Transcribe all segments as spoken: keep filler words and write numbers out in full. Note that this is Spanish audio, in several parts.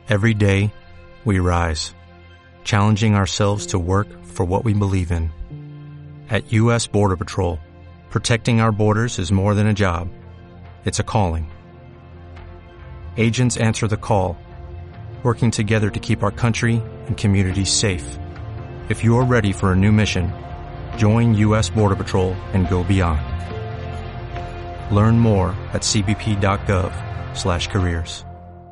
Every day, we rise, challenging ourselves to work for what we believe in. At U S Border Patrol, protecting our borders is more than a job. It's a calling. Agents answer the call, working together to keep our country and communities safe. If you are ready for a new mission, join U S Border Patrol and go beyond. Learn more at c b p dot gov slash careers.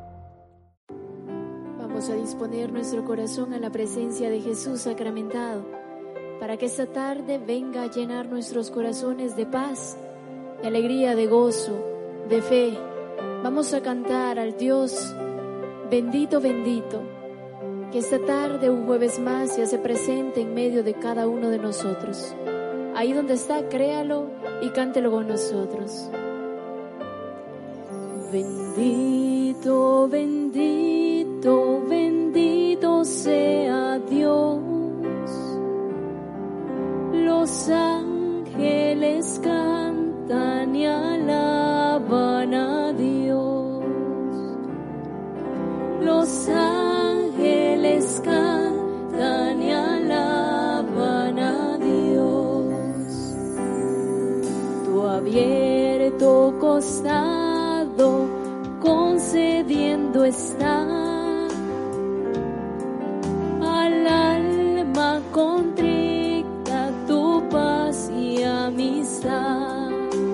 Vamos a disponer nuestro corazón a la presencia de Jesús sacramentado, para que esta tarde venga a llenar nuestros corazones de paz, de alegría, de gozo, de fe. Vamos a cantar al Dios bendito, bendito, que esta tarde, un jueves más, se hace presente en medio de cada uno de nosotros. Ahí donde está, créalo y cántelo con nosotros. Bendito, bendito, bendito sea Dios. Los ángeles cantan y alaban a Dios. Los ángeles cantan y alaban a Dios. Tu abierto costado concediendo está al alma contrita tu paz y amistad.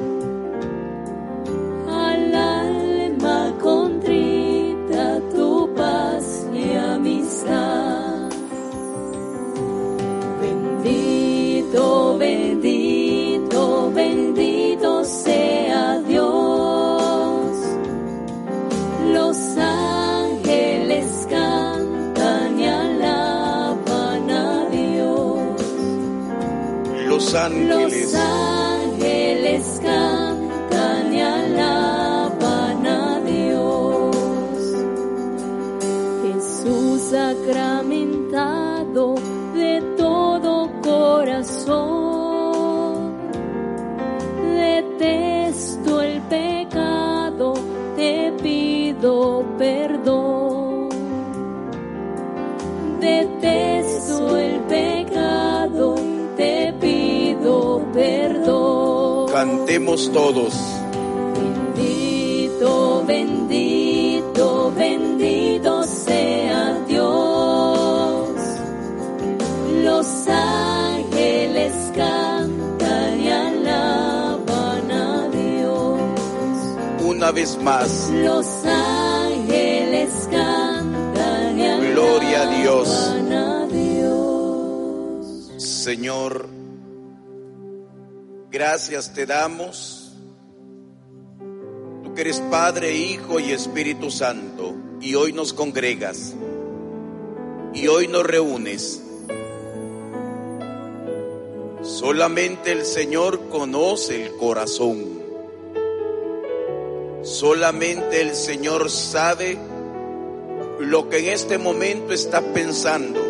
Al alma contrita tu paz y amistad. Bendito, bendito, bendito sea Dios. Los ángeles cantan y alaban a Dios. Los ángeles, Los ángeles cantan y alaban a Dios. Jesús sacramentado de todo corazón, detesto el pecado, te pido perdón. Detesto el pecado, te pido perdón. cantemos todos. Bendito, bendito, bendito sea Dios. Los ángeles cantan y alaban a Dios. Una vez más, Los ángeles cantan y alaban gloria a Dios. a Dios. Señor, gracias te damos. Tú que eres Padre, Hijo y Espíritu Santo, y hoy nos congregas, y hoy nos reúnes. Solamente el Señor conoce el corazón. Solamente el Señor sabe lo que en este momento estás pensando,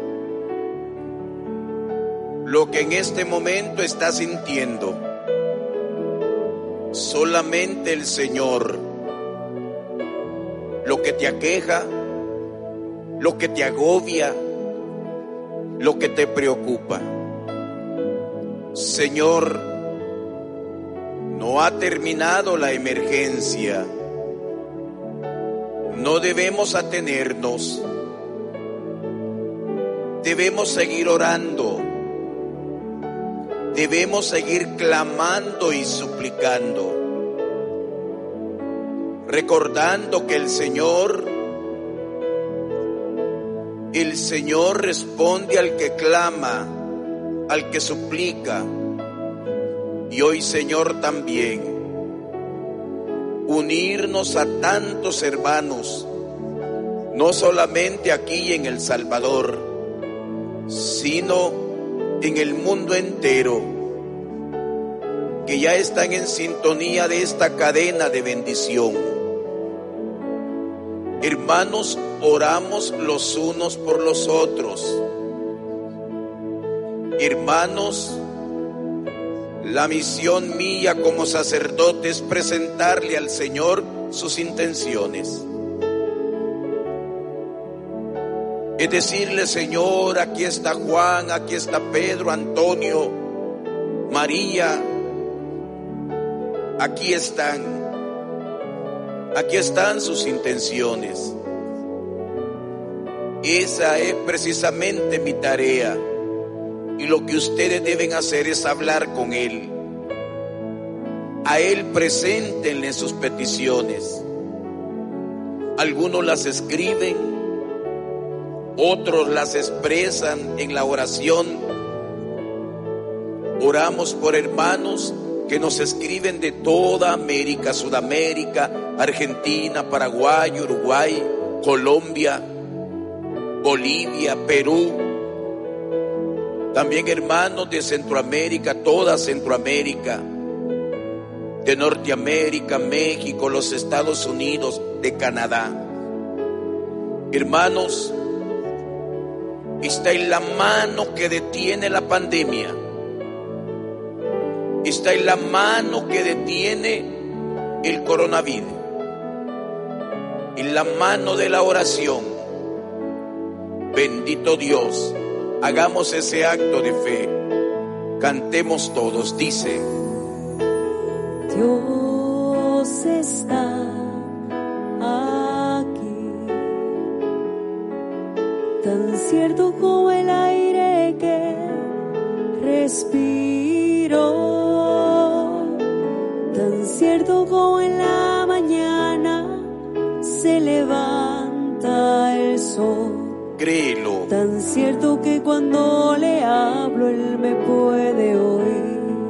lo que en este momento estás sintiendo. Solamente el Señor, lo que te aqueja, lo que te agobia, lo que te preocupa. Señor, no ha terminado la emergencia. No debemos atenernos. Debemos seguir orando. Debemos seguir clamando y suplicando, recordando que el Señor, el Señor responde al que clama, al que suplica. Y hoy, Señor, también unirnos a tantos hermanos, no solamente aquí en El Salvador, sino en el mundo entero, que ya están en sintonía de esta cadena de bendición. Hermanos, oramos los unos por los otros. Hermanos, la misión mía como sacerdote es presentarle al Señor sus intenciones. Es decirle, Señor, aquí está Juan, aquí está Pedro, Antonio, María, aquí están, aquí están sus intenciones. Esa es precisamente mi tarea, y lo que ustedes deben hacer es hablar con Él. A Él preséntenle sus peticiones. Algunos las escriben, otros las expresan en la oración. Oramos por hermanos que nos escriben de toda América, Sudamérica, Argentina, Paraguay, Uruguay, Colombia, Bolivia, Perú. También hermanos de Centroamérica, toda Centroamérica, de Norteamérica, México, los Estados Unidos, de Canadá. Hermanos, está en la mano que detiene la pandemia. Está en la mano que detiene el coronavirus. En la mano de la oración. Bendito Dios. Hagamos ese acto de fe. Cantemos todos. Dice: Dios está aquí, tan cierto como el aire que respiro, tan cierto como en la mañana se levanta el sol. Créelo. Tan cierto que cuando le hablo Él me puede oír.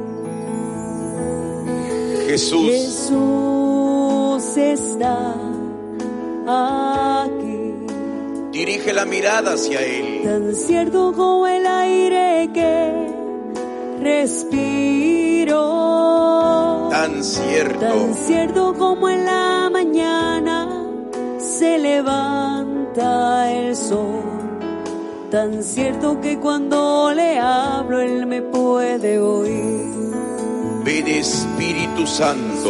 Jesús. Jesús está aquí. Dirige la mirada hacia Él. Tan cierto como el aire que respiro. Tan cierto. Tan cierto como en la mañana se levanta el sol. Tan cierto que cuando le hablo Él me puede oír. Ven Espíritu Santo. Su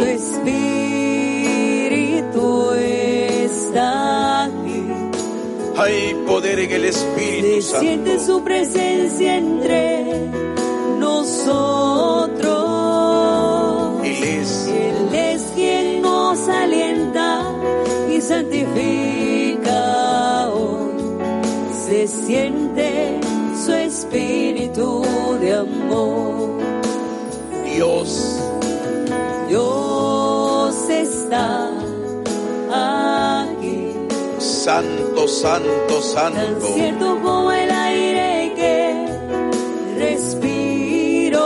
Espíritu está aquí. Hay poder en el Espíritu Se siente Santo. su presencia entre nosotros. Él es. Él es quien nos alienta y santifica hoy. Se siente su espíritu de amor. Dios. Dios está aquí. Santo, santo, Tan santo. cierto como el aire que respiro.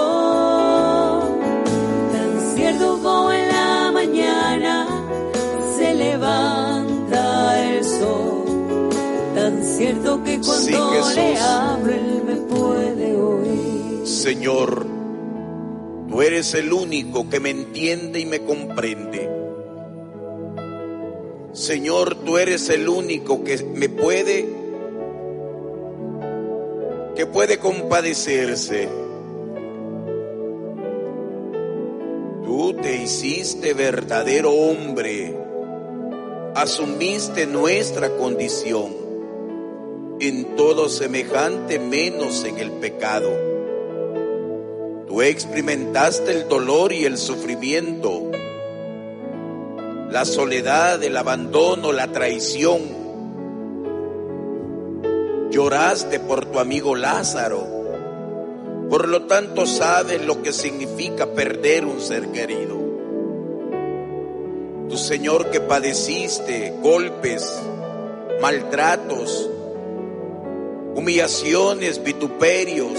Tan cierto como en la mañana se levanta el sol. Tan cierto que cuando Sí, Jesús. le hablo Él me puede oír. Señor, tú eres el único que me entiende y me comprende. Señor, tú eres el único que me puede, que puede compadecerse. Tú te hiciste verdadero hombre, asumiste nuestra condición, en todo semejante menos en el pecado. Tú experimentaste el dolor y el sufrimiento, la soledad, el abandono, la traición. Lloraste por tu amigo Lázaro. Por lo tanto, sabes lo que significa perder un ser querido. Tu Señor, que padeciste golpes, maltratos, humillaciones, vituperios.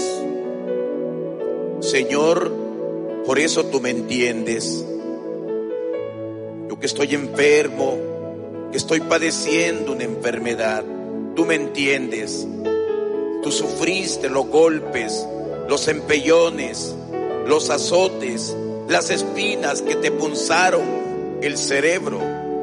Señor, por eso tú me entiendes. Yo que estoy enfermo, que estoy padeciendo una enfermedad, tú me entiendes. Tú sufriste los golpes, los empellones, los azotes, las espinas que te punzaron el cerebro.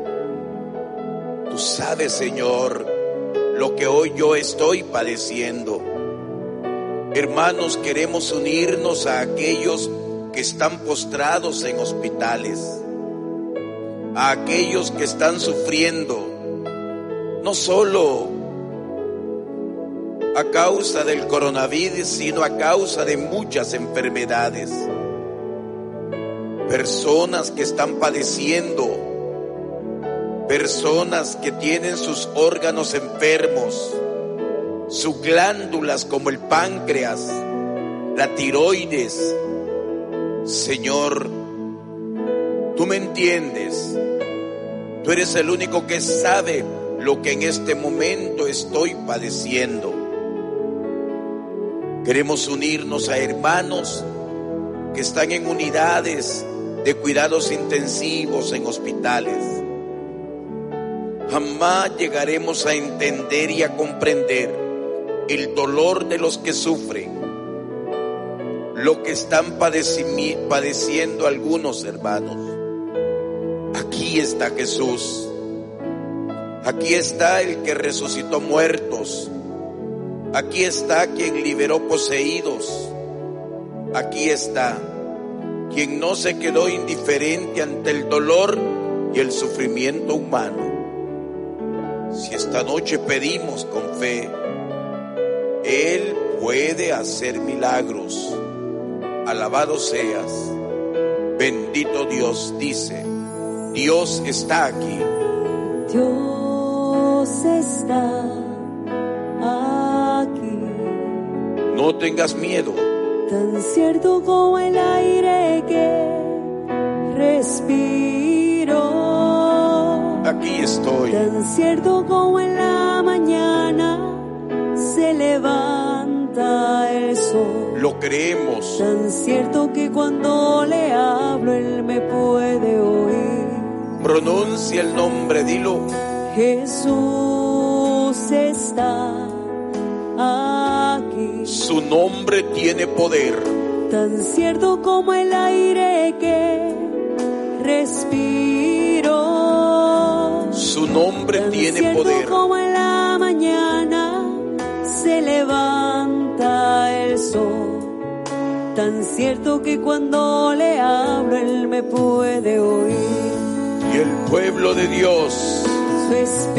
Tú sabes, Señor, lo que hoy yo estoy padeciendo. Hermanos, queremos unirnos a aquellos que están postrados en hospitales, a aquellos que están sufriendo, no solo a causa del coronavirus, sino a causa de muchas enfermedades. Personas que están padeciendo, personas que tienen sus órganos enfermos, sus glándulas como el páncreas, la tiroides. Señor, tú me entiendes. Tú eres el único que sabe lo que en este momento estoy padeciendo. Queremos unirnos a hermanos que están en unidades de cuidados intensivos en hospitales. Jamás llegaremos a entender y a comprender el dolor de los que sufren, lo que están padeci- padeciendo algunos hermanos. Aquí está Jesús. Aquí está el que resucitó muertos. Aquí está quien liberó poseídos. Aquí está quien no se quedó indiferente ante el dolor y el sufrimiento humano. Si esta noche pedimos con fe, Él puede hacer milagros. Alabado seas. Bendito Dios, dice. Dios está aquí. Dios está aquí. No tengas miedo. Tan cierto como el aire que respiro. Aquí estoy. Tan cierto como en la mañana se levanta el sol. Lo creemos. Tan cierto que cuando le hablo Él me puede oír. Pronuncia el nombre, dilo. Jesús está aquí. Su nombre tiene poder. Tan cierto como el aire que respiro. Su nombre Tan tiene cierto poder. como en la mañana se levanta el sol. Tan cierto que cuando le hablo Él me puede oír. Y el pueblo de Dios, Su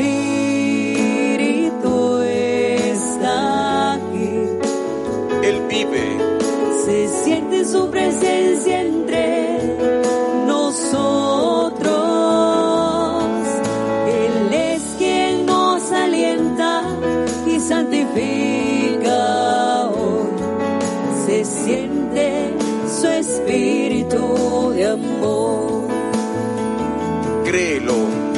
espíritu está aquí. Él vive. Se siente su presencia entre nosotros. Él es quien nos alienta y santifica hoy. Se siente su espíritu de amor. Créelo.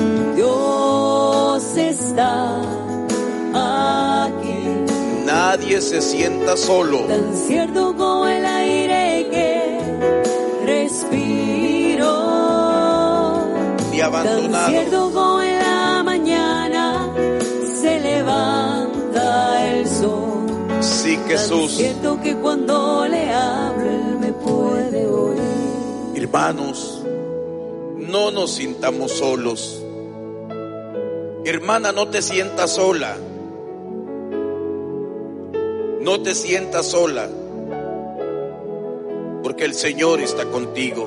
Dios está aquí. Nadie se sienta solo. Tan cierto como el aire que respiro. Ni Tan abandonado. cierto como en la mañana se levanta el sol. Sí, Tan Jesús. cierto que cuando le hablo Él me puede oír. Hermanos, no nos sintamos solos. Hermana, no te sientas sola. No te sientas sola, porque el Señor está contigo.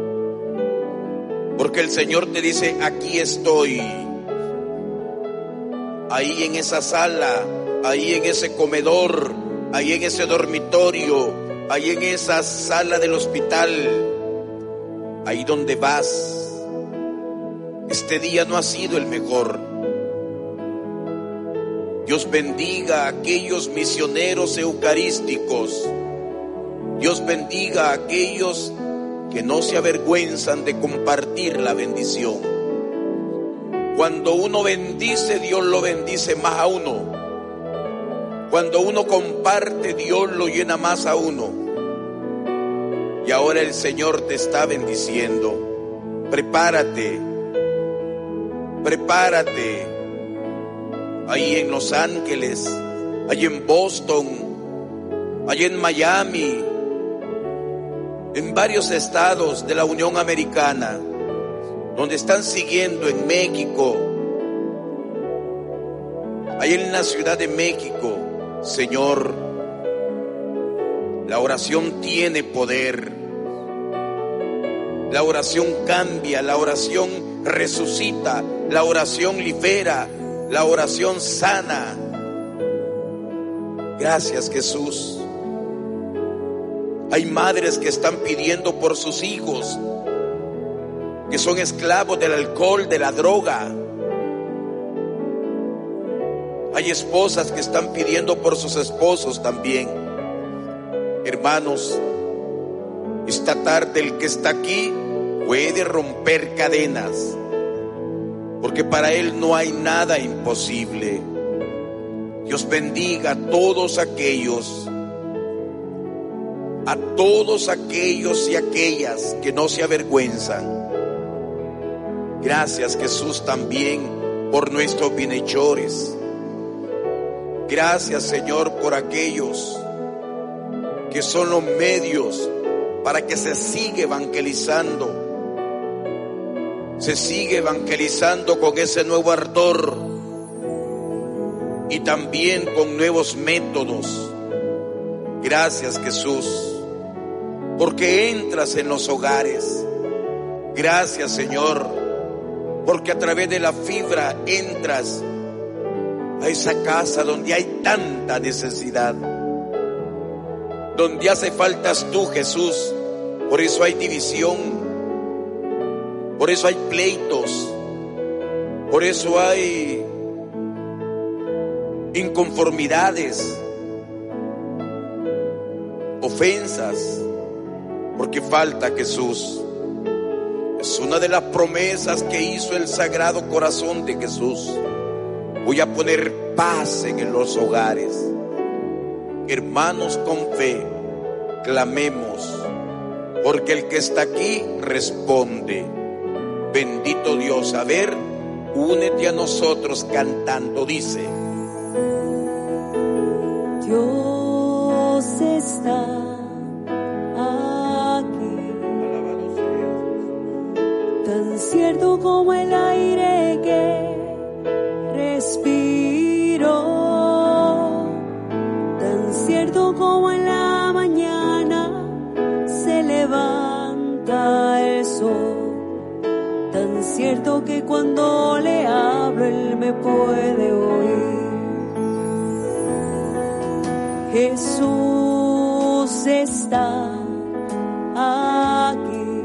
Porque el Señor te dice, aquí estoy. Ahí en esa sala, ahí en ese comedor, ahí en ese dormitorio, ahí en esa sala del hospital, ahí donde vas. Este día no ha sido el mejor. Dios bendiga a aquellos misioneros eucarísticos. Dios bendiga a aquellos que no se avergüenzan de compartir la bendición. Cuando uno bendice, Dios lo bendice más a uno. Cuando uno comparte, Dios lo llena más a uno. Y ahora el Señor te está bendiciendo. Prepárate. Prepárate. Ahí en Los Ángeles, ahí en Boston, ahí en Miami, en varios estados de la Unión Americana, donde están siguiendo en México, ahí en la Ciudad de México. Señor, la oración tiene poder. La oración cambia, la oración resucita, la oración libera, la oración sana. Gracias, Jesús. Hay madres que están pidiendo por sus hijos, que son esclavos del alcohol, de la droga. Hay esposas que están pidiendo por sus esposos también. Hermanos, esta tarde el que está aquí puede romper cadenas, porque para Él no hay nada imposible. Dios bendiga a todos aquellos, a todos aquellos y aquellas que no se avergüenzan. Gracias, Jesús, también por nuestros bienhechores. Gracias, Señor, por aquellos que son los medios para que se siga evangelizando, se sigue evangelizando con ese nuevo ardor y también con nuevos métodos. Gracias, Jesús, porque entras en los hogares. Gracias, Señor, porque a través de la fibra entras a esa casa donde hay tanta necesidad, donde hace faltas tú, Jesús. Por eso hay división, por eso hay pleitos, por eso hay inconformidades, ofensas, porque falta Jesús. Es una de las promesas que hizo el Sagrado Corazón de Jesús. Voy a poner paz en los hogares. Hermanos, con fe, clamemos, porque el que está aquí responde. Bendito Dios. A ver, únete a nosotros cantando, dice: Dios está aquí, tan cierto como el aire que respiro, tan cierto como en la mañana se levanta el sol, tan cierto que cuando le hablo Él me puede oír. Jesús está aquí,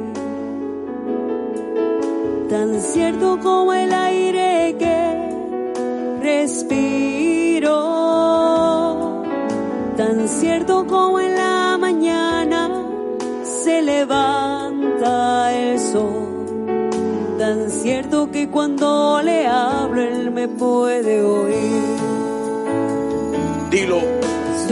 tan cierto como el aire que respiro, tan cierto como en la mañana se levanta el sol, tan cierto que cuando le hablo Él me puede oír. Dilo. Su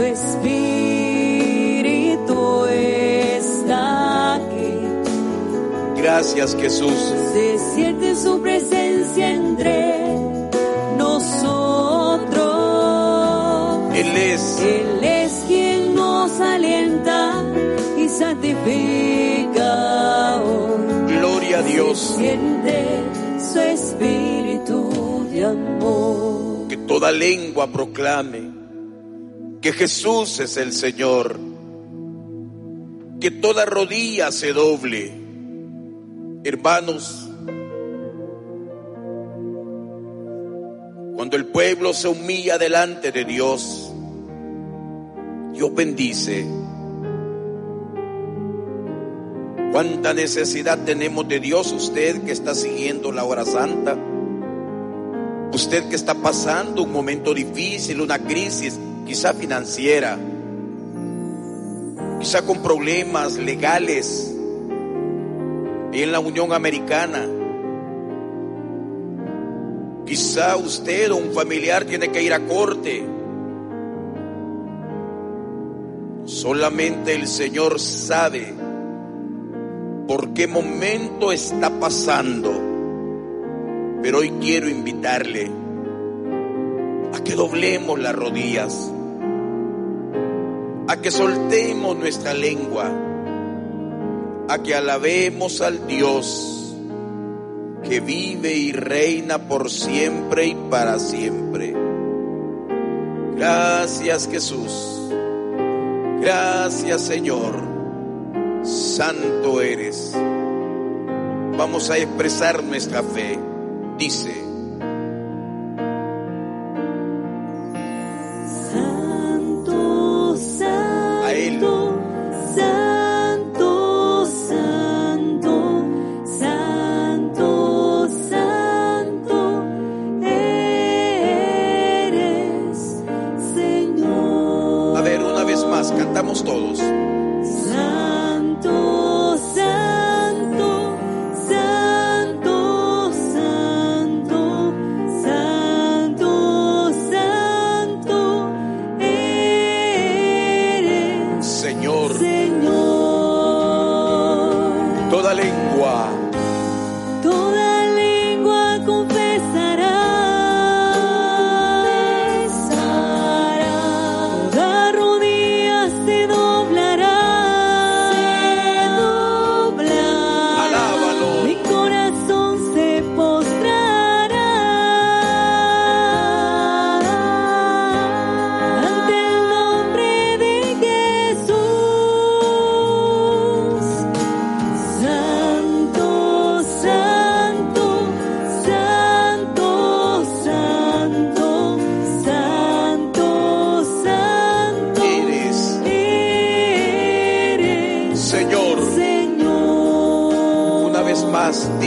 espíritu está aquí. Gracias, Jesús. Se siente su presencia entre nosotros. Él es. Él es quien nos alienta y santifica hoy. Gloria a Dios. Se siente su espíritu de amor. Que toda lengua proclame que Jesús es el Señor. Que toda rodilla se doble. Hermanos, cuando el pueblo se humilla delante de Dios, Dios bendice. ¿Cuánta necesidad tenemos de Dios? Usted que está siguiendo la hora santa, usted que está pasando un momento difícil, una crisis, quizá financiera, quizá con problemas legales en la Unión Americana. Quizá usted o un familiar tiene que ir a corte. Solamente el Señor sabe por qué momento está pasando. Pero hoy quiero invitarle a que doblemos las rodillas, a que soltemos nuestra lengua, a que alabemos al Dios que vive y reina por siempre y para siempre. Gracias, Jesús. Gracias, Señor. Santo eres. Vamos a expresar nuestra fe. Dice: Santo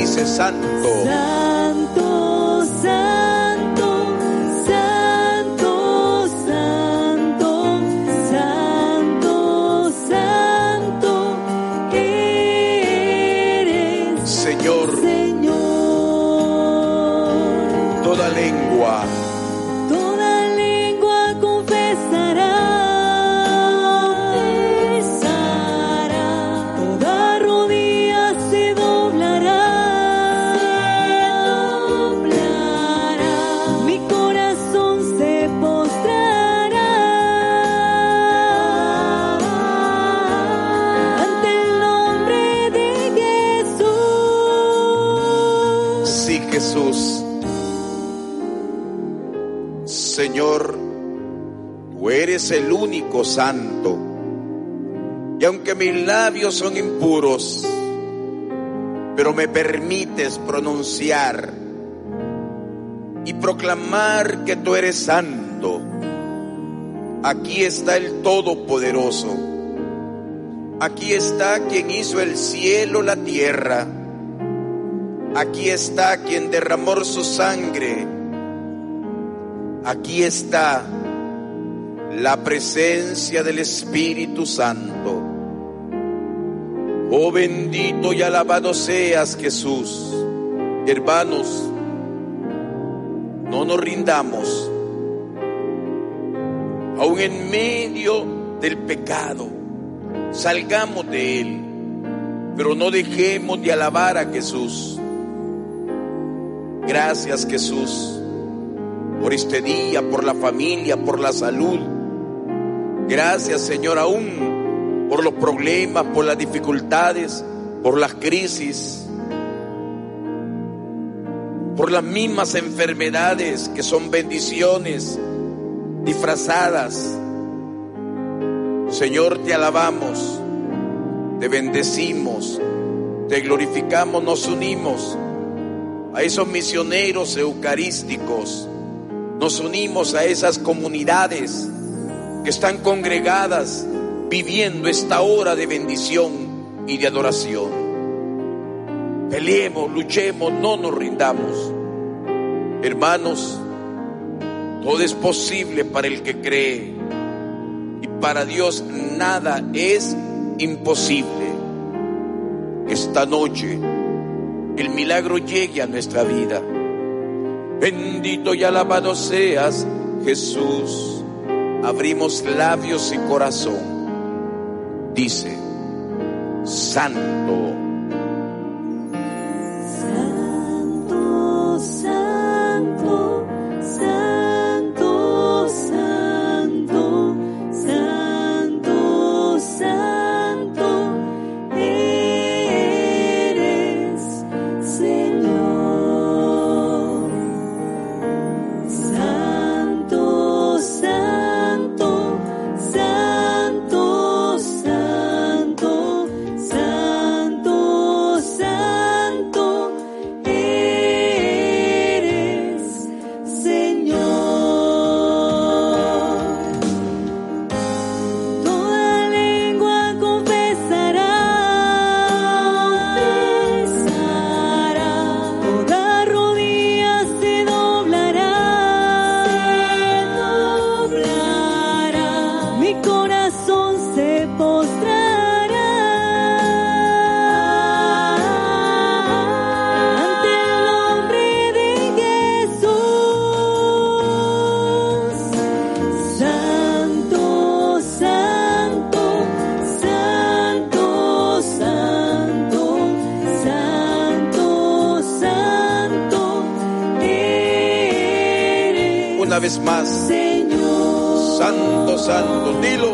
dice santo. Santo, santo, santo, santo, santo, santo, eres Señor. Señor. Toda lengua, Toda lengua confesará, confesará, toda rodilla se doblará, se doblará, mi corazón se postrará ante el nombre de Jesús. sí, Jesús. Señor, tú eres el único santo. Y aunque mis labios son impuros, pero me permites pronunciar y proclamar que tú eres santo. Aquí está el Todopoderoso. Aquí está quien hizo el cielo, la tierra. Aquí está quien derramó su sangre. Aquí está la presencia del Espíritu Santo. Oh, bendito y alabado seas, Jesús. Hermanos, no nos rindamos. Aún en medio del pecado, salgamos de él, pero no dejemos de alabar a Jesús. Gracias, Jesús, por este día, por la familia, por la salud. Gracias, Señor, aún por los problemas, por las dificultades, por las crisis, por las mismas enfermedades que son bendiciones disfrazadas. Señor, te alabamos, te bendecimos, te glorificamos, nos unimos a esos misioneros eucarísticos. Nos unimos a esas comunidades que están congregadas viviendo esta hora de bendición y de adoración. Peleemos, luchemos, no nos rindamos. Hermanos, todo es posible para el que cree, y para Dios nada es imposible. Esta noche el milagro llegue a nuestra vida. Bendito y alabado seas, Jesús. Abrimos labios y corazón. Dice, santo. Santo, santo, santo, santo, santo, santo, eres Señor. Santo, santo, santo, santo, santo, santo, eres Señor. Toda lengua confesará, confesará, toda rodilla se doblará, se doblará, mi corazón se postrará ante el nombre de Jesús. Santo, santo, santo, santo, santo, santo, eres Una vez más, Señor. santo, santo, dilo.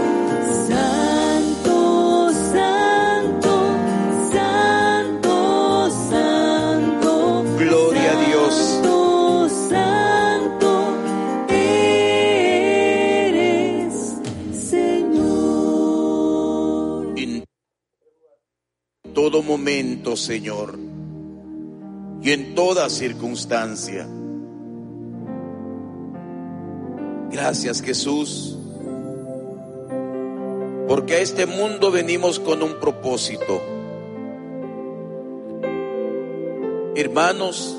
Santo, santo, santo, santo, Gloria a Dios. santo, santo, eres Señor. En todo momento, Señor, y en toda circunstancia. Gracias, Jesús, porque a este mundo venimos con un propósito. Hermanos,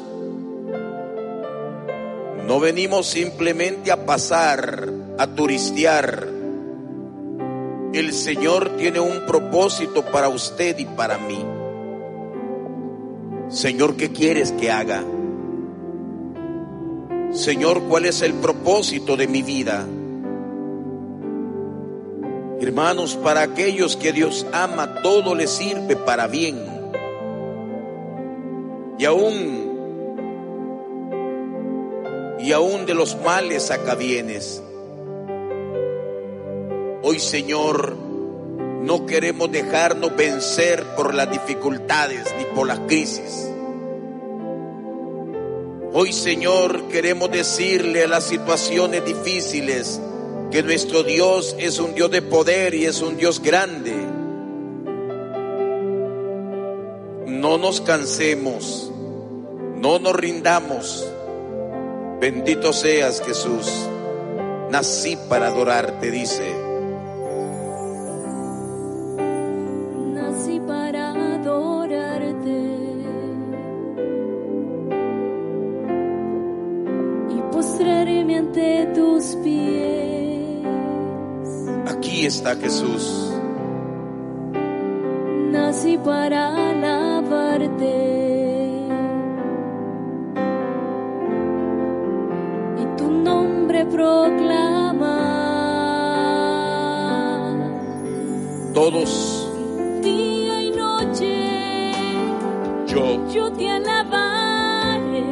no venimos simplemente a pasar, a turistear. El Señor tiene un propósito para usted y para mí. Señor, ¿qué quieres que haga? Señor, ¿cuál es el propósito de mi vida? Hermanos, para aquellos que Dios ama, todo les sirve para bien. Y aún, y aún de los males saca bienes. Hoy, Señor, no queremos dejarnos vencer por las dificultades ni por las crisis. Hoy, Señor, queremos decirle a las situaciones difíciles que nuestro Dios es un Dios de poder y es un Dios grande. No nos cansemos, no nos rindamos. Bendito seas, Jesús. Nací para adorarte, dice. Nací para adorarte y postrarme ante tus pies. Aquí está Jesús. Nací para alabarte y tu nombre proclamar. Todos, Día y noche yo, yo te alabaré.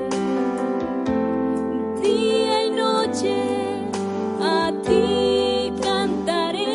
Día y noche a ti cantaré.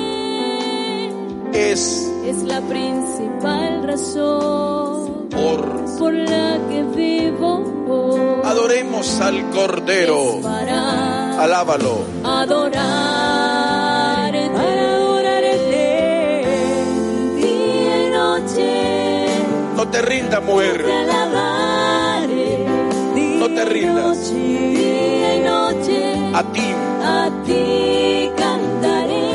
es Es la principal razón por... por la que vivo. Adoremos al Cordero. Es para Alábalo. adorarte, para adorarte. Día y noche No te rindas, te mujer. alabaré. No te rindas. Día y noche A ti a ti cantaré.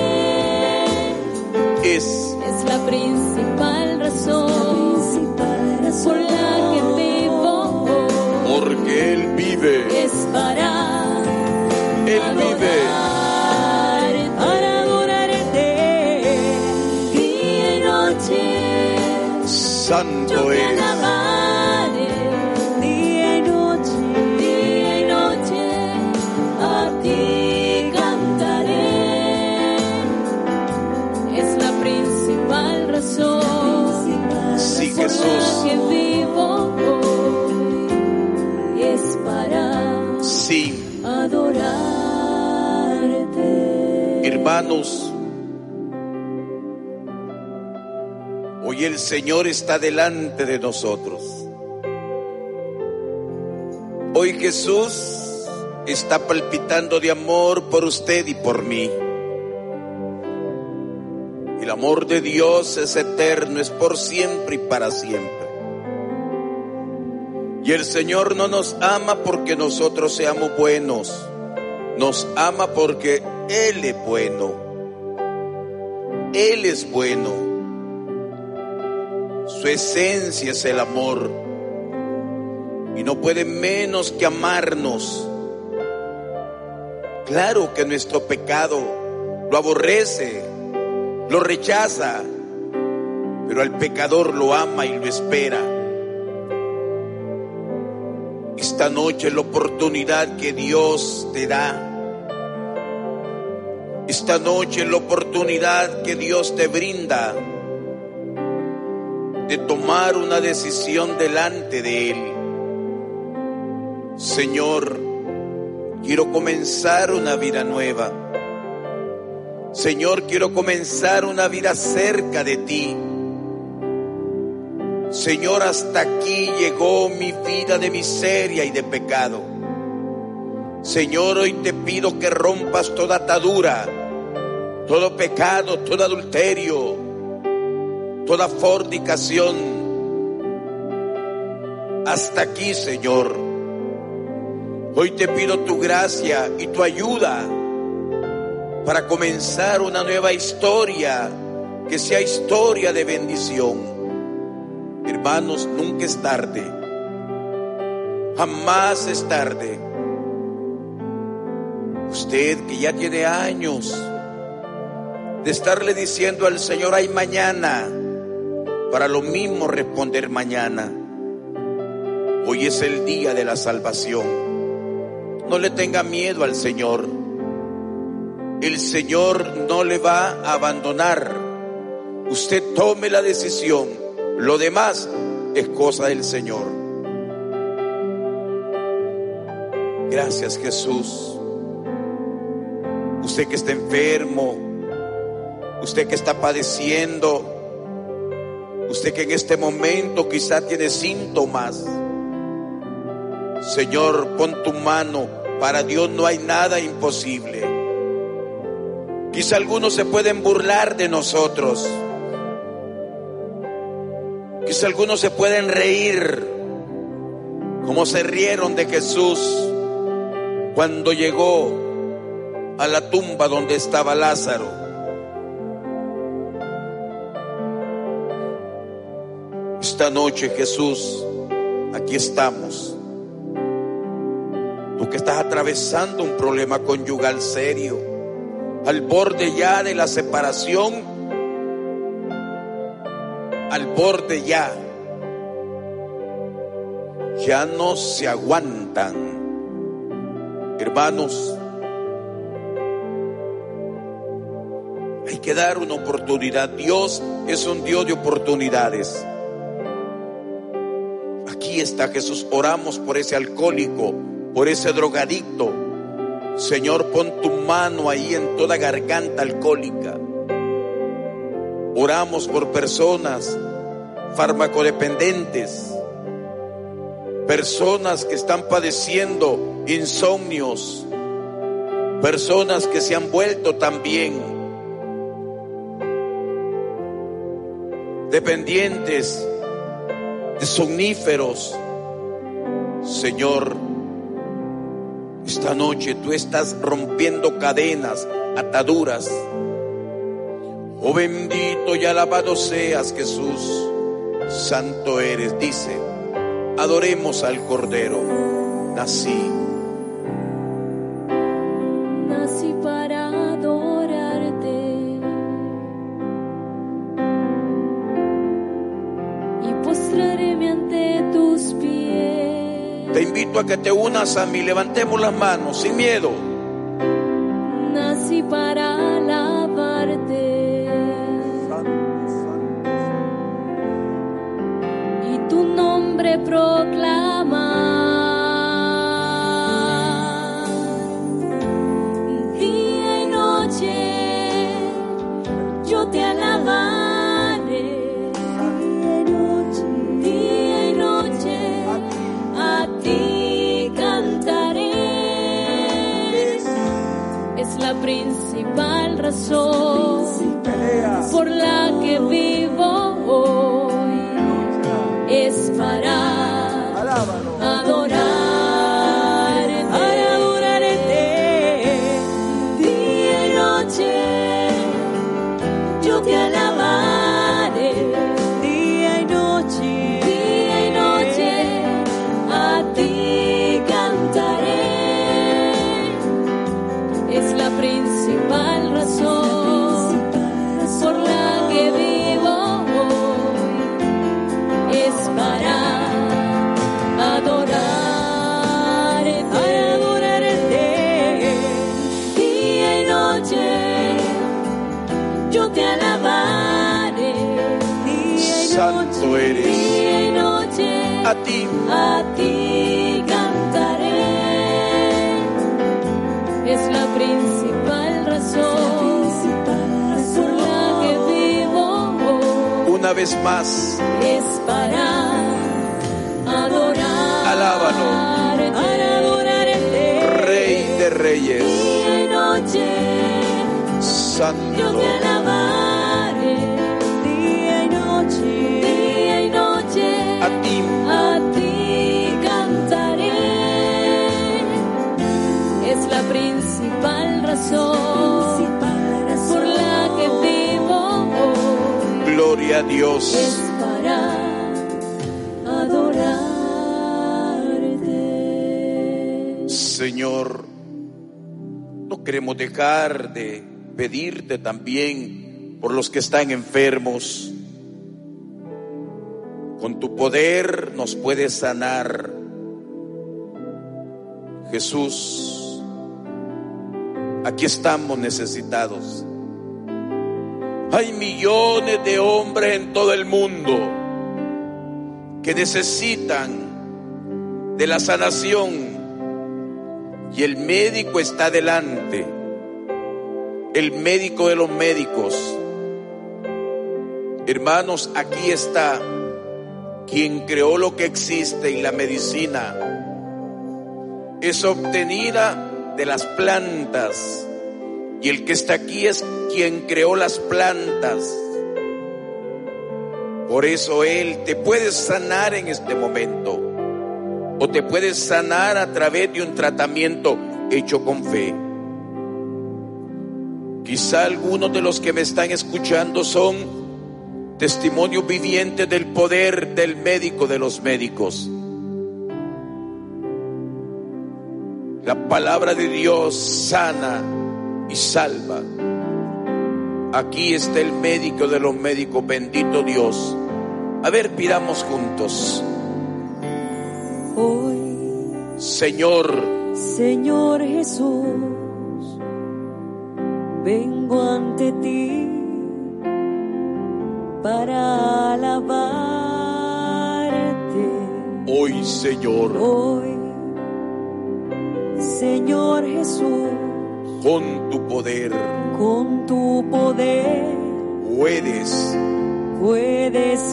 es Es la principal razón por la que vivo. porque Él vive. Es para Él vive. adorarte, para adorarte. Día y noche Santo yo te es. alabaré. Día y noche, día y noche a ti cantaré. Es la principal razón Sí, por Jesús. la que vivo hoy. Es para Sí, adorarte. hermanos, hoy el Señor está delante de nosotros. Hoy Jesús está palpitando de amor por usted y por mí. El amor de Dios es eterno, es por siempre y para siempre. Y el Señor no nos ama porque nosotros seamos buenos. Nos ama porque Él es bueno. Él es bueno. Su esencia es el amor. Y no puede menos que amarnos. Claro que nuestro pecado lo aborrece, lo rechaza, pero al pecador lo ama y lo espera. Esta noche es la oportunidad que Dios te da. Esta noche es la oportunidad que Dios te brinda de tomar una decisión delante de Él. Señor, quiero comenzar una vida nueva. Señor, quiero comenzar una vida cerca de ti. Señor, hasta aquí llegó mi vida de miseria y de pecado. Señor, hoy te pido que rompas toda atadura, todo pecado, todo adulterio, toda fornicación. Hasta aquí, Señor. Hoy te pido tu gracia y tu ayuda para comenzar una nueva historia, que sea historia de bendición. Hermanos, nunca es tarde. Jamás es tarde. Usted que ya tiene años de estarle diciendo al Señor, hay mañana, para lo mismo responder mañana. Hoy es el día de la salvación. No le tenga miedo al Señor. El Señor no le va a abandonar. Usted tome la decisión. Lo demás es cosa del Señor. Gracias, Jesús. Usted que está enfermo, usted que está padeciendo, usted que en este momento quizá tiene síntomas, Señor, pon tu mano. Para Dios no hay nada imposible. Quizá algunos se pueden burlar de nosotros. Quizá algunos se pueden reír, como se rieron de Jesús cuando llegó a la tumba donde estaba Lázaro. Esta noche, Jesús, aquí estamos. Tú que estás atravesando un problema conyugal serio, al borde ya de la separación, al borde ya, ya no se aguantan. Hermanos, hay que dar una oportunidad. Dios es un Dios de oportunidades. Aquí está Jesús. Oramos por ese alcohólico, por ese drogadicto. Señor, pon tu mano ahí en toda garganta alcohólica. Oramos por personas farmacodependientes, personas que están padeciendo insomnios, personas que se han vuelto también dependientes de somníferos. Señor, esta noche tú estás rompiendo cadenas, ataduras. Oh, bendito y alabado seas, Jesús. Santo eres. Dice, adoremos al Cordero. Nací. Nací para adorarte y postrarme ante tus pies. Te invito a que te unas a mí. Levantemos las manos sin miedo. Nací para alabarte y tu nombre proclamar. Día y noche yo te alabaré. Día y noche a ti cantaré. Es la principal razón por la que vivo hoy. Es para adorarte, para adorarte. Día y noche yo te alabaré. Día y noche, día y noche a ti cantaré. Es la principal razón por la que vivo hoy. Es para adorarte, para adorarte. Día y noche yo te alabaré. Día y Santo noche, eres. día y noche A ti. a ti cantaré. Es la principal razón por la que vivo hoy. Una vez más. Es para adorar. Alábalo. Para adorarte. Rey de reyes. Día y noche yo Santo. te alabaré. Día y noche, día y noche A ti. a ti cantaré. Es la principal razón por la que vivo hoy. Gloria a Dios. Es para adorarte. Señor, no queremos dejar de pedirte también por los que están enfermos. Con tu poder nos puedes sanar. Jesús, aquí estamos necesitados. Hay millones de hombres en todo el mundo que necesitan de la sanación y el médico está delante, el médico de los médicos. Hermanos, aquí está quien creó lo que existe, y la medicina es obtenida de las plantas, y el que está aquí es quien creó las plantas. Por eso Él te puede sanar en este momento, o te puede sanar a través de un tratamiento hecho con fe. Quizá algunos de los que me están escuchando son testimonios vivientes del poder del médico de los médicos. La palabra de Dios sana y salva. Aquí está el médico de los médicos, bendito Dios. A ver, pidamos juntos. Hoy, Señor, Señor Jesús, vengo ante ti para alabarte. Hoy, Señor, Hoy, Señor Jesús, con tu poder, con tu poder, puedes, puedes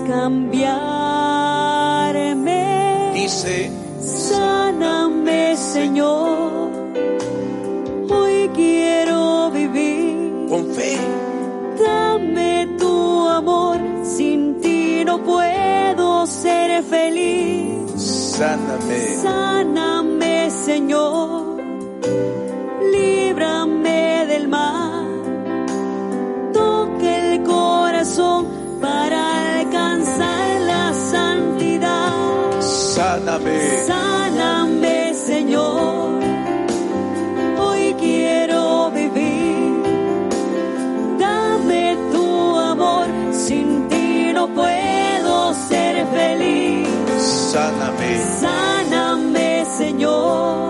cambiarme. dice, Sáname, Señor, hoy quiero vivir. con fe. Dame tu amor, sin ti no puedo ser feliz. Sáname, Sáname, Señor, líbrame del mal. Toque el corazón para alcanzar la santidad. sáname, Sáname, Señor, hoy quiero vivir. Dame tu amor, sin ti no puedo ser feliz. sáname, Sáname, Señor,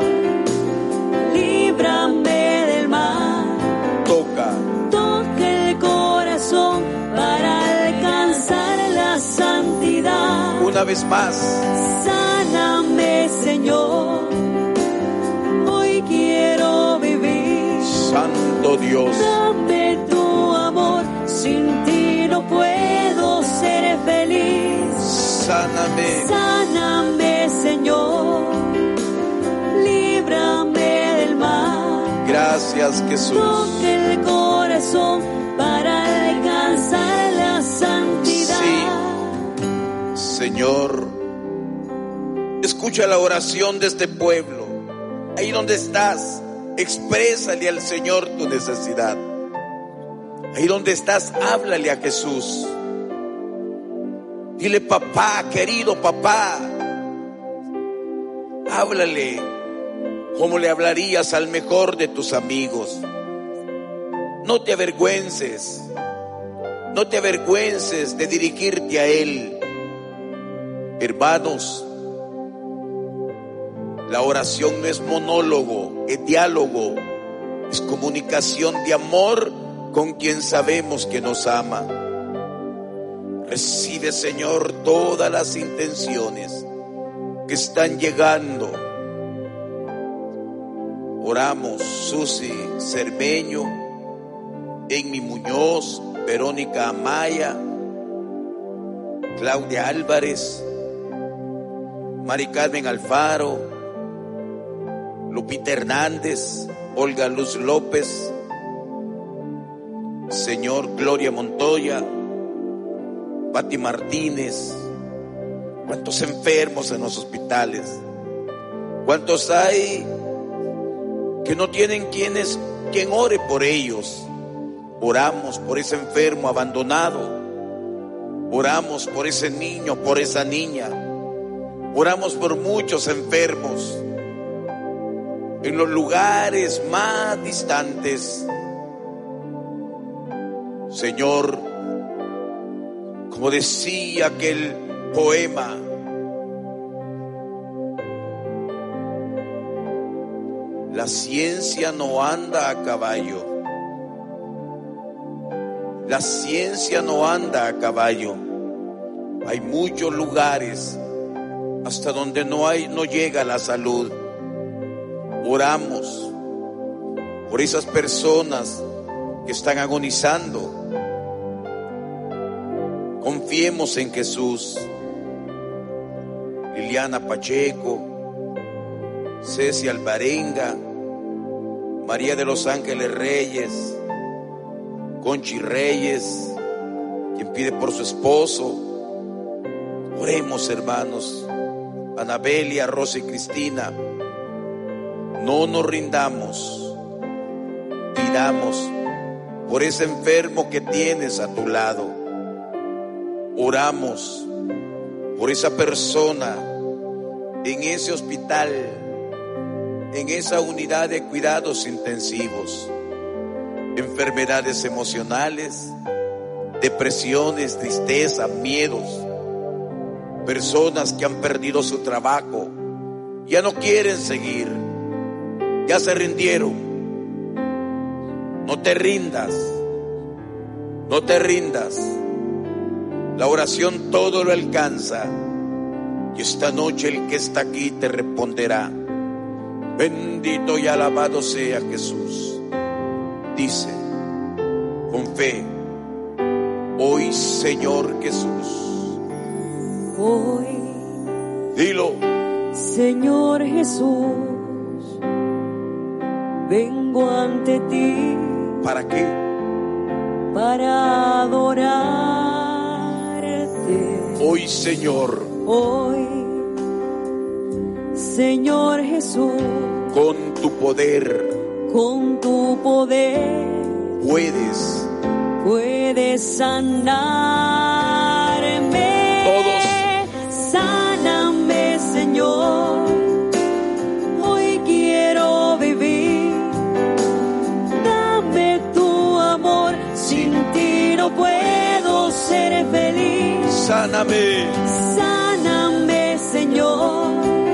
líbrame del mal. toca, Toque el corazón para alcanzar la santidad. una vez más. Sáname, Señor, hoy quiero vivir. Santo Dios, Dame tu amor, sin ti no puedo ser feliz. sáname, Sáname, Señor, líbrame del mal. gracias Jesús. Toque el corazón para alcanzar la santidad. Sí, Señor, escucha la oración de este pueblo. Ahí donde estás, exprésale al Señor tu necesidad. Ahí donde estás, háblale a Jesús. Dile, papá, querido papá. Háblale como le hablarías al mejor de tus amigos. No te avergüences. No te avergüences de dirigirte a Él. Hermanos, la oración no es monólogo, es diálogo, es comunicación de amor con quien sabemos que nos ama. Recibe, Señor, todas las intenciones que están llegando. Oramos, Susi Cermeño, Amy Muñoz, Verónica Amaya, Claudia Álvarez, Mari Carmen Alfaro, Lupita Hernández, Olga Luz López, Señor Gloria Montoya, Pati Martínez. ¿Cuántos enfermos en los hospitales? ¿Cuántos hay que no tienen quienes, quien ore por ellos? Oramos por ese enfermo abandonado. Oramos por ese niño, por esa niña. Oramos por muchos enfermos. en los lugares más distantes. Señor, como decía aquel poema, la ciencia no anda a caballo. La ciencia no anda a caballo. Hay muchos lugares hasta donde no hay, no llega la salud. Oramos por esas personas que están agonizando. Confiemos en Jesús. Liliana Pacheco, Ceci Alvarenga, María de los Ángeles Reyes, Conchi Reyes, quien pide por su esposo. Oremos, hermanos. Anabelia, Rosa y Cristina, no nos rindamos. Pidamos por ese enfermo que tienes a tu lado. Oramos por esa persona en ese hospital, en esa unidad de cuidados intensivos. Enfermedades emocionales, depresiones, tristeza, miedos. Personas que han perdido su trabajo, ya no quieren seguir, ya se rindieron. No te rindas, no te rindas. La oración todo lo alcanza, y esta noche el que está aquí te responderá. Bendito y alabado sea Jesús. Dice con fe: hoy, Señor Jesús. Hoy, dilo, Señor Jesús, vengo ante ti. ¿Para qué? Para adorarte. Hoy, Señor. Hoy, Señor Jesús, con tu poder, con tu poder, puedes, puedes sanarme. Todos. Sáname, Señor. Hoy quiero vivir. Dame tu amor. Sin ti no puedo ser feliz. Sáname. Sáname, Señor.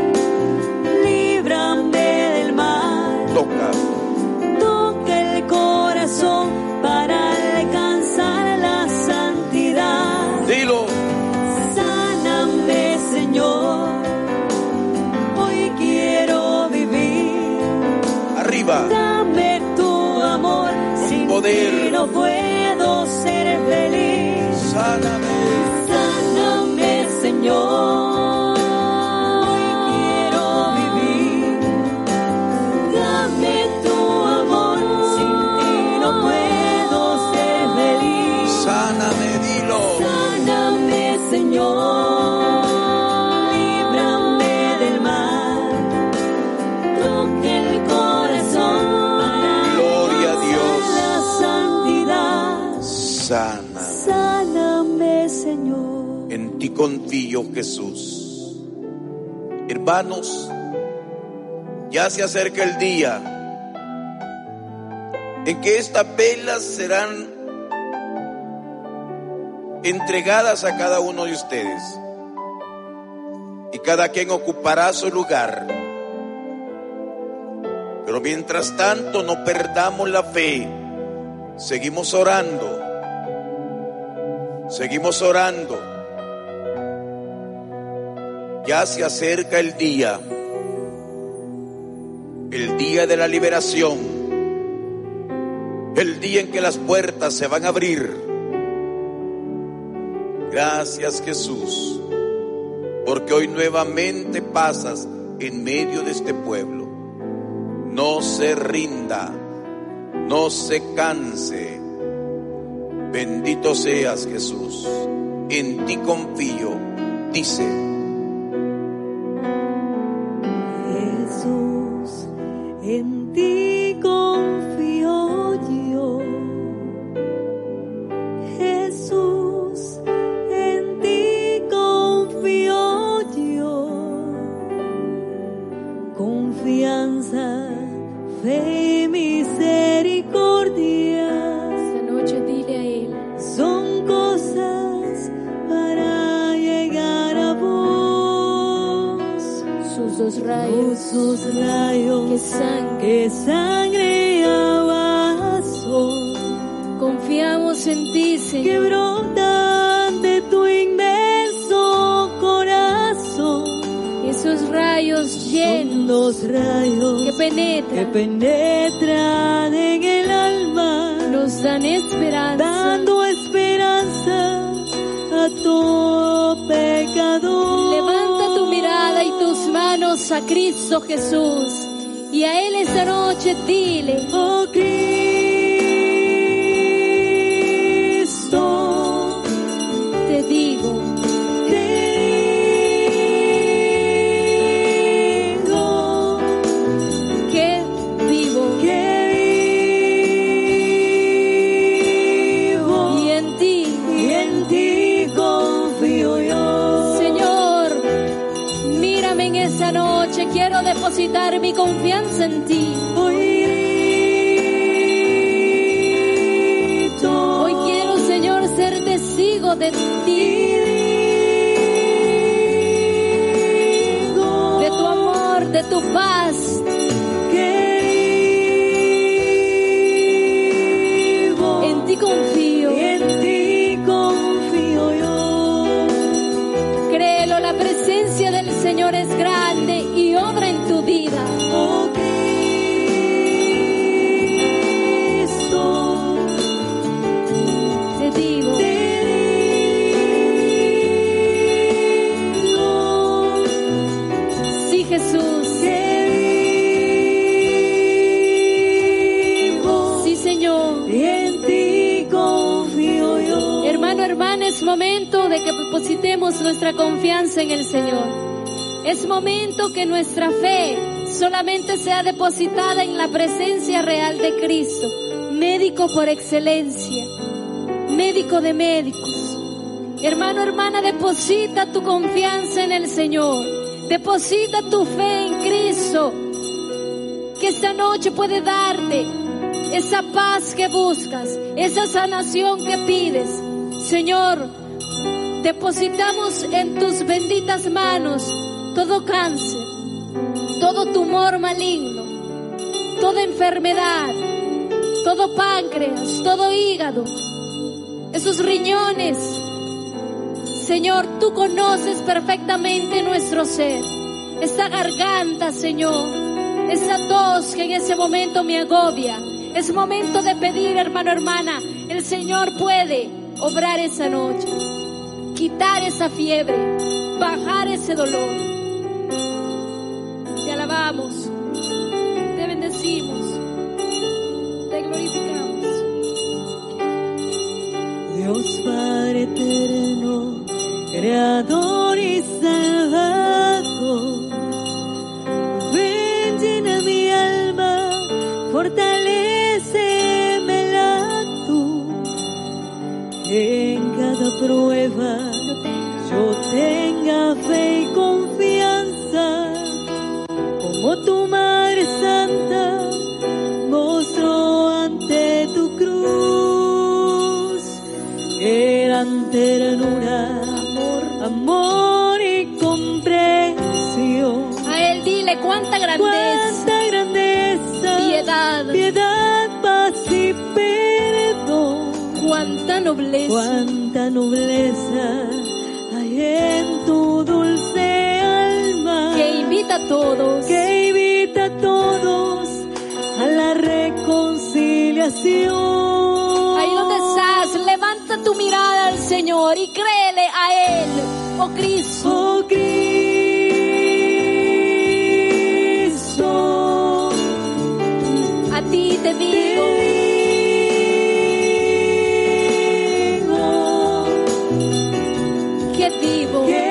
Líbrame del mal. Toca. Toca el corazón para alcanzar la santidad. Dilo. Sáname, Señor. Hoy quiero vivir. Arriba. Dame tu amor. Sin poder. ti no puedo ser feliz. Sáname. Sáname, Señor. Hoy quiero vivir. Dame tu amor. Sin ti no puedo ser feliz. Sáname, dilo. Sáname, Señor. Líbrame del mal. Toque el corazón para Gloria a Dios. la santidad. Sana. Sáname, Señor. En ti confío, Jesús. Hermanos, ya se acerca el día en que estas velas serán entregadas a cada uno de ustedes, y cada quien ocupará su lugar. Pero mientras tanto, no perdamos la fe. Seguimos orando. Seguimos orando. Ya se acerca el día, el día de la liberación, el día en que las puertas se van a abrir. Gracias, Jesús, porque hoy nuevamente pasas en medio de este pueblo. No se rinda, no se canse. Bendito seas, Jesús. En ti confío, dice. Jesús, en ti confío yo. Jesús, en ti confío yo. Confianza Hermosos rayos que sangre, que sangre abrazo, confiamos en ti, que Señor. brotan de tu inmenso corazón. Esos rayos llenos Los rayos que que penetran, penetran en el alma, nos dan esperanza. dando esperanza a todo pecador. Levanta tu mirada y tus manos a Cristo Jesús y a Él esta noche dile: Oh Cristo, te digo, te digo que vivo que vivo y en ti, y en ti confío yo. Señor, mírame en esta noche, quiero depositar mi confianza en ti. Hoy quiero, Señor, ser testigo de ti, de tu amor, de tu paz. En ti confío. En ti confío yo. Créelo, la presencia del Señor es grande y obra en tu vida. Oh Cristo, Te digo, te digo sí, Jesús, que vivo sí, Señor. y en ti confío yo. Hermano, hermana, es momento de que depositemos nuestra confianza en el Señor. Es momento que nuestra fe solamente sea depositada en la presencia real de Cristo, médico por excelencia, médico de médicos. Hermano, hermana, deposita tu confianza en el Señor, deposita tu fe en Cristo, que esta noche puede darte esa paz que buscas, esa sanación que pides. Señor, depositamos en tus benditas manos todo cáncer, todo tumor maligno, toda enfermedad, todo páncreas, todo hígado, esos riñones. Señor, tú conoces perfectamente nuestro ser, esta garganta, Señor, esa tos que en ese momento me agobia. Es momento de pedir, hermano, hermana, el Señor puede obrar esa noche, quitar esa fiebre, bajar ese dolor. Te alabamos, te bendecimos, te glorificamos. Dios Padre eterno, creador y salvador, ven, llena mi alma, fortalécemela tú. En cada prueba yo tenga fe y confianza, como tu Madre Santa mostró ante tu cruz. Eran ternura, amor, amor y comprensión. A Él dile cuánta grandeza, Cuánta grandeza, piedad, piedad, paz y perdón. cuánta nobleza, Cuánta nobleza hay en tu dulce alma, que invita a todos, que invita a todos a la reconciliación. ahí donde estás, levanta tu mirada al Señor y créele a Él, oh Cristo. Oh Cristo, A ti te digo, que vivo que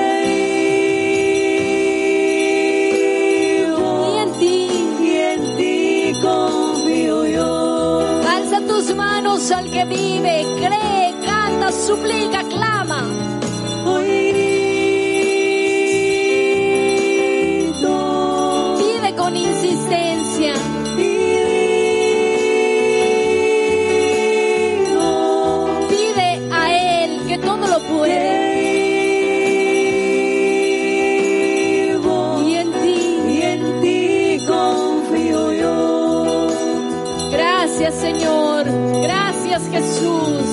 vivo y en ti. y en ti confío yo. Alza tus manos al que vive, cree, canta, suplica, clama. Hoy grito Pide con insistencia. y digo Pide a Él que todo lo puede. que vivo Y en ti, y en Gracias, Señor. Gracias, Jesús.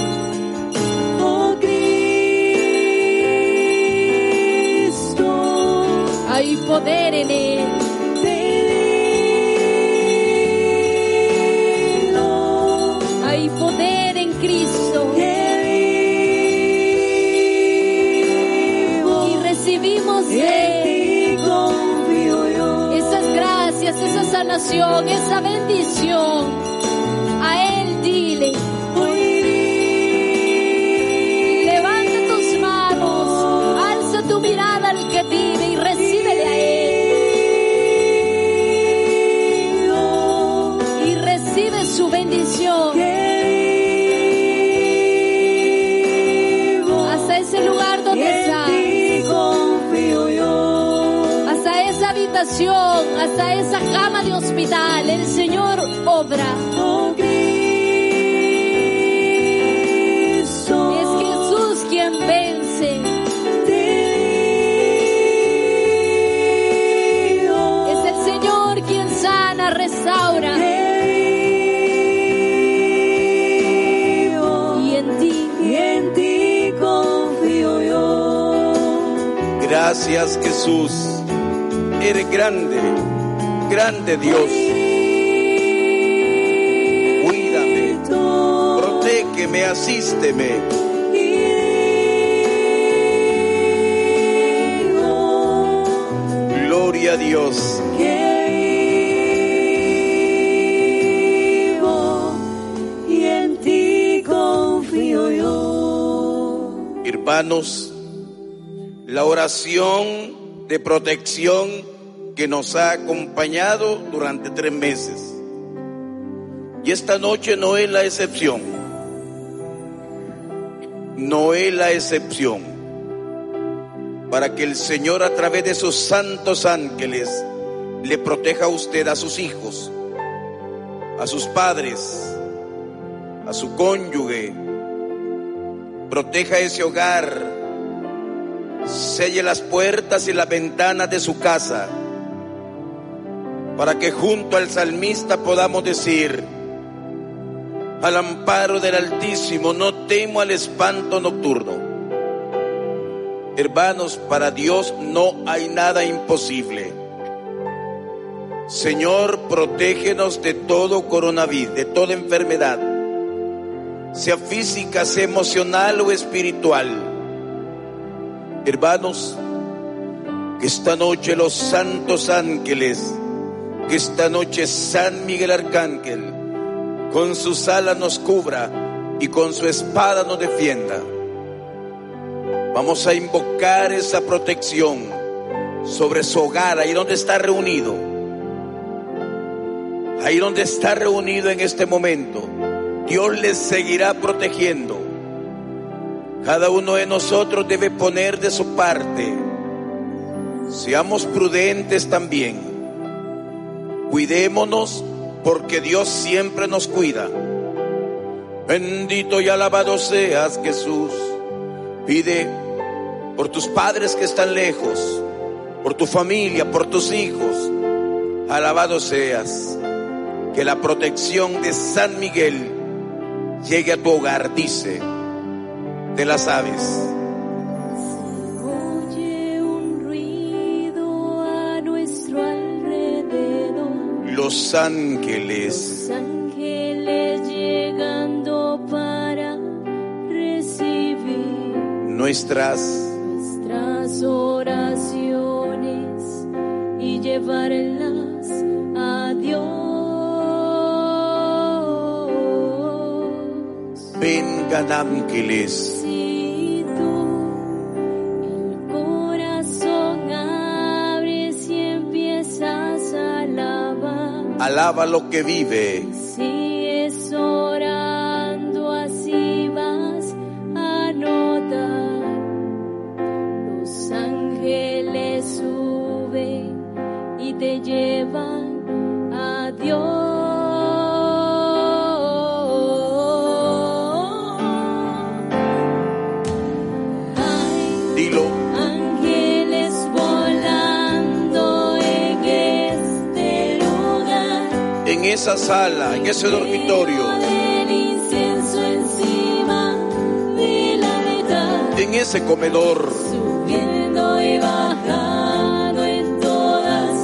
Oh Cristo, Hay poder en Él. Hay poder en Cristo. Y recibimos de Él esas gracias, esa sanación, esa bendición. A Él dile. Levanta tus manos, alza tu mirada al que vive y recíbele a Él. Y recibe su bendición. Hasta ese lugar donde estás. Hasta esa habitación, hasta esa cama de hospital, el Señor obra. Oh Cristo, Es Jesús quien vence. Es el Señor quien sana, restaura. Y en ti, y en ti confío yo. Gracias, Jesús. Eres grande, grande Dios. Cuídame, protégeme, asísteme. Gloria a Dios. Y en ti confío yo. Hermanos, la oración de protección que nos ha acompañado durante tres meses. Y esta noche no es la excepción. No es la excepción. Para que el Señor, a través de sus santos ángeles, le proteja a usted, a sus hijos, a sus padres, a su cónyuge. Proteja ese hogar. Selle las puertas y las ventanas de su casa, para que junto al salmista podamos decir: al amparo del Altísimo no temo al espanto nocturno. Hermanos, para Dios no hay nada imposible. Señor, protégenos de todo coronavirus, de toda enfermedad, sea física, sea emocional o espiritual. Hermanos, que esta noche los santos ángeles, que esta noche San Miguel Arcángel, con sus alas nos cubra y con su espada nos defienda. Vamos a invocar esa protección sobre su hogar, ahí donde está reunido. Ahí donde está reunido en este momento. Dios les seguirá protegiendo. Cada uno de nosotros debe poner de su parte. Seamos prudentes también. Cuidémonos, porque Dios siempre nos cuida. Bendito y alabado seas, Jesús. Pide por tus padres que están lejos, por tu familia, por tus hijos. Alabado seas. Que la protección de San Miguel llegue a tu hogar, dice. De las aves. se oye un ruido a nuestro alrededor. Los ángeles. Los ángeles llegando para recibir Nuestras. nuestras oraciones y llevarlas a Dios. Vengan ángeles. Si tú el corazón abres y empiezas a alabar, Alaba lo que vive. si es orando así vas a notar, los ángeles suben y te llevan a Dios. Ángeles volando en este lugar, En esa esa sala, en ese dormitorio, en ese comedor, subiendo y bajando en todas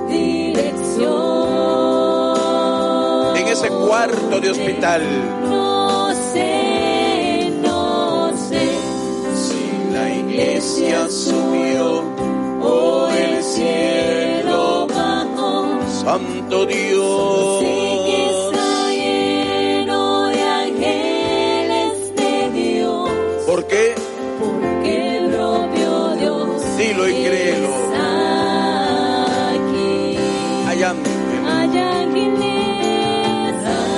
direcciones, en ese cuarto de hospital. No sé, no sé Si la iglesia subió o el cielo bajó, Santo Dios, sé que está lleno de ángeles de Dios. ¿por qué? Porque el propio Dios Dilo y créelo. está aquí. Hay ángeles, Hay ángeles,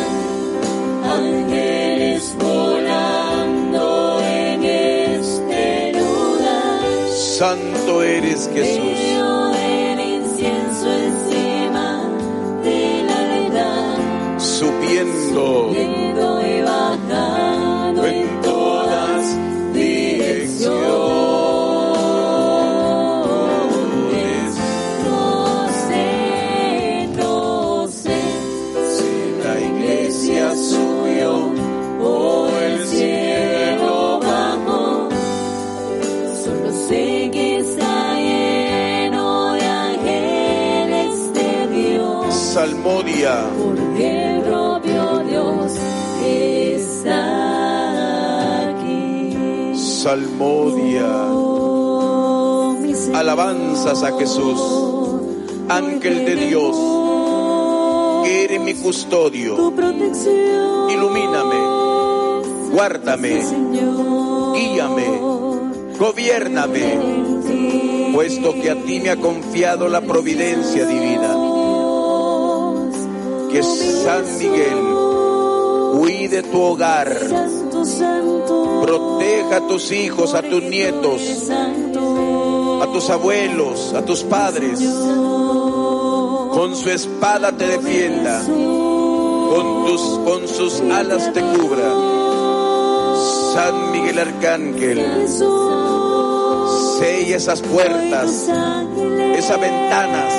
ángeles volando en este lugar. Santo eres Jesús. Medio del incienso encima de la verdad, Subiendo subiendo y bajando en todas direcciones. No sé, no sé si la iglesia subió o el cielo bajó. Solo sé que está lleno de ángeles de Dios. Salmodia, Porque el propio Dios está aquí. Salmodia. Oh, mi Señor, Alabanzas a Jesús, ángel de Dios, que eres mi custodio. tu protección, Ilumíname, guárdame, Señor, guíame, gobiérname, en ti, puesto que a ti me ha confiado la providencia divina. Que San Miguel cuide tu hogar, Santo, Santo, proteja a tus hijos, a tus nietos, Santo, a tus abuelos, a tus padres. Con su espada te defienda, con, tus, con sus alas te cubra. San Miguel Arcángel, sella esas puertas, esas ventanas.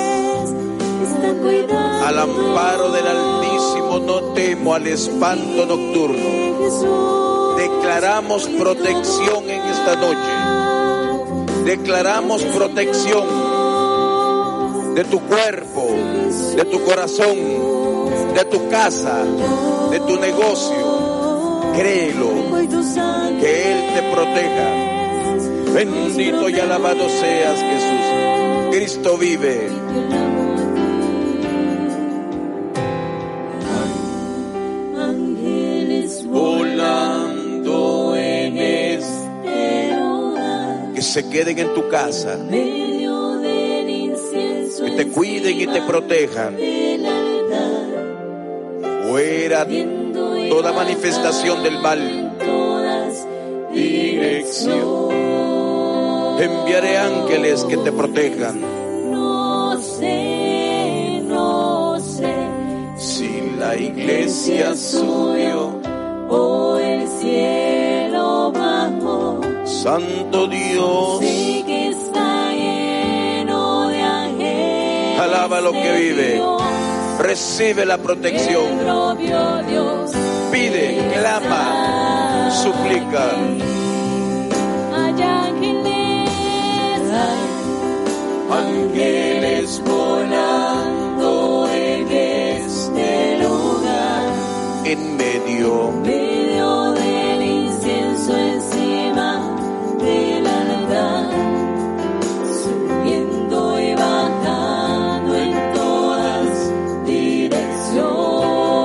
Al amparo del Altísimo no temo al espanto nocturno. Declaramos protección en esta noche. Declaramos protección de tu cuerpo, de tu corazón, de tu casa, de tu negocio. Créelo, que Él te proteja. Bendito y alabado seas, Jesús. Cristo vive. Volando en este lugar, que se queden en tu casa, que te cuiden y te protejan. Fuera toda manifestación del mal. Dirección. Enviaré ángeles que te protejan. No sé, no sé Si la iglesia subió o el cielo bajó. Santo Dios, Sé que está lleno de ángeles. alaba lo que vive. Dios. Recibe la El protección. propio Dios Pide, clama, suplica. hay ángeles, hay ángeles volando en este lugar. En medio Medio del incienso encima de la altar, subiendo y bajando en todas direcciones.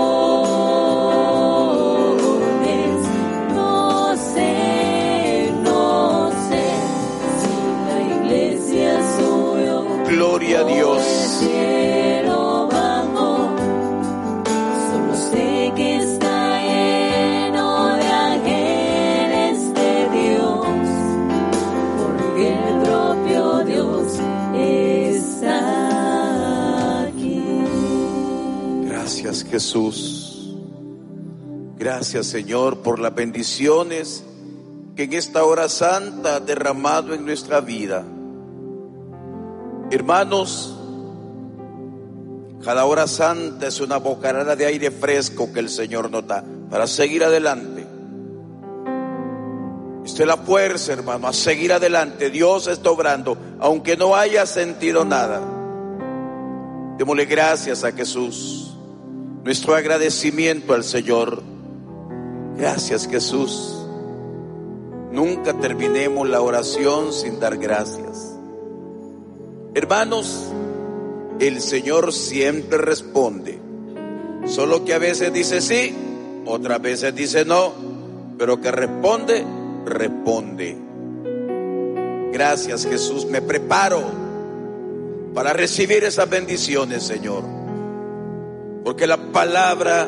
No sé, no sé si la iglesia subió. gloria a Dios. Cielo bajó. Solo sé que está lleno de ángeles de Dios, porque el propio Dios está aquí. Gracias, Jesús. Gracias, Señor, por las bendiciones que en esta hora santa ha derramado en nuestra vida. Hermanos, Cada hora santa es una bocanada de aire fresco que el Señor nos da para seguir adelante. Esta es la fuerza, hermano, a seguir adelante. Dios está obrando, aunque no haya sentido nada. Démosle gracias a Jesús. Nuestro agradecimiento al Señor. Gracias, Jesús. Nunca terminemos la oración sin dar gracias. Hermanos, el Señor siempre responde. Solo que a veces dice sí, otras veces dice no, pero que responde, responde. Gracias, Jesús. Me preparo para recibir esas bendiciones, Señor, porque la palabra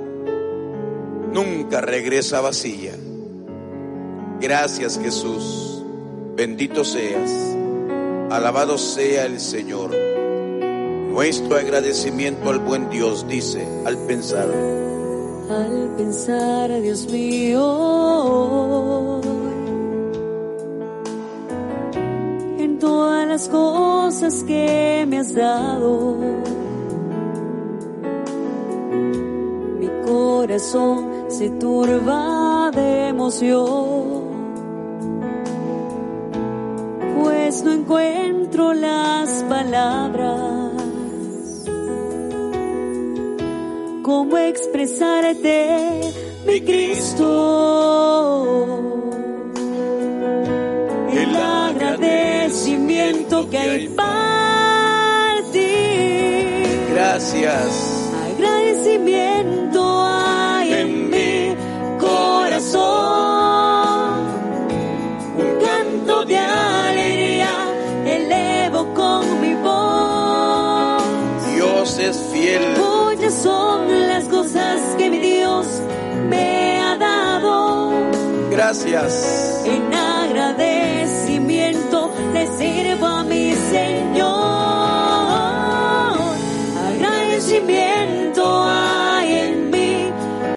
nunca regresa vacía. Gracias, Jesús. Bendito seas. Alabado sea el Señor. Nuestro agradecimiento al buen Dios, dice, al pensar. Al pensar, Dios mío, en todas las cosas que me has dado, mi corazón se turba de emoción, pues no encuentro las palabras. ¿Cómo expresarte, mi Cristo? El agradecimiento que hay para ti. Gracias. Agradecimiento hay en mi corazón. Un canto de alegría elevo con mi voz. Dios es fiel. Muchas son las cosas que mi Dios me ha dado. Gracias. En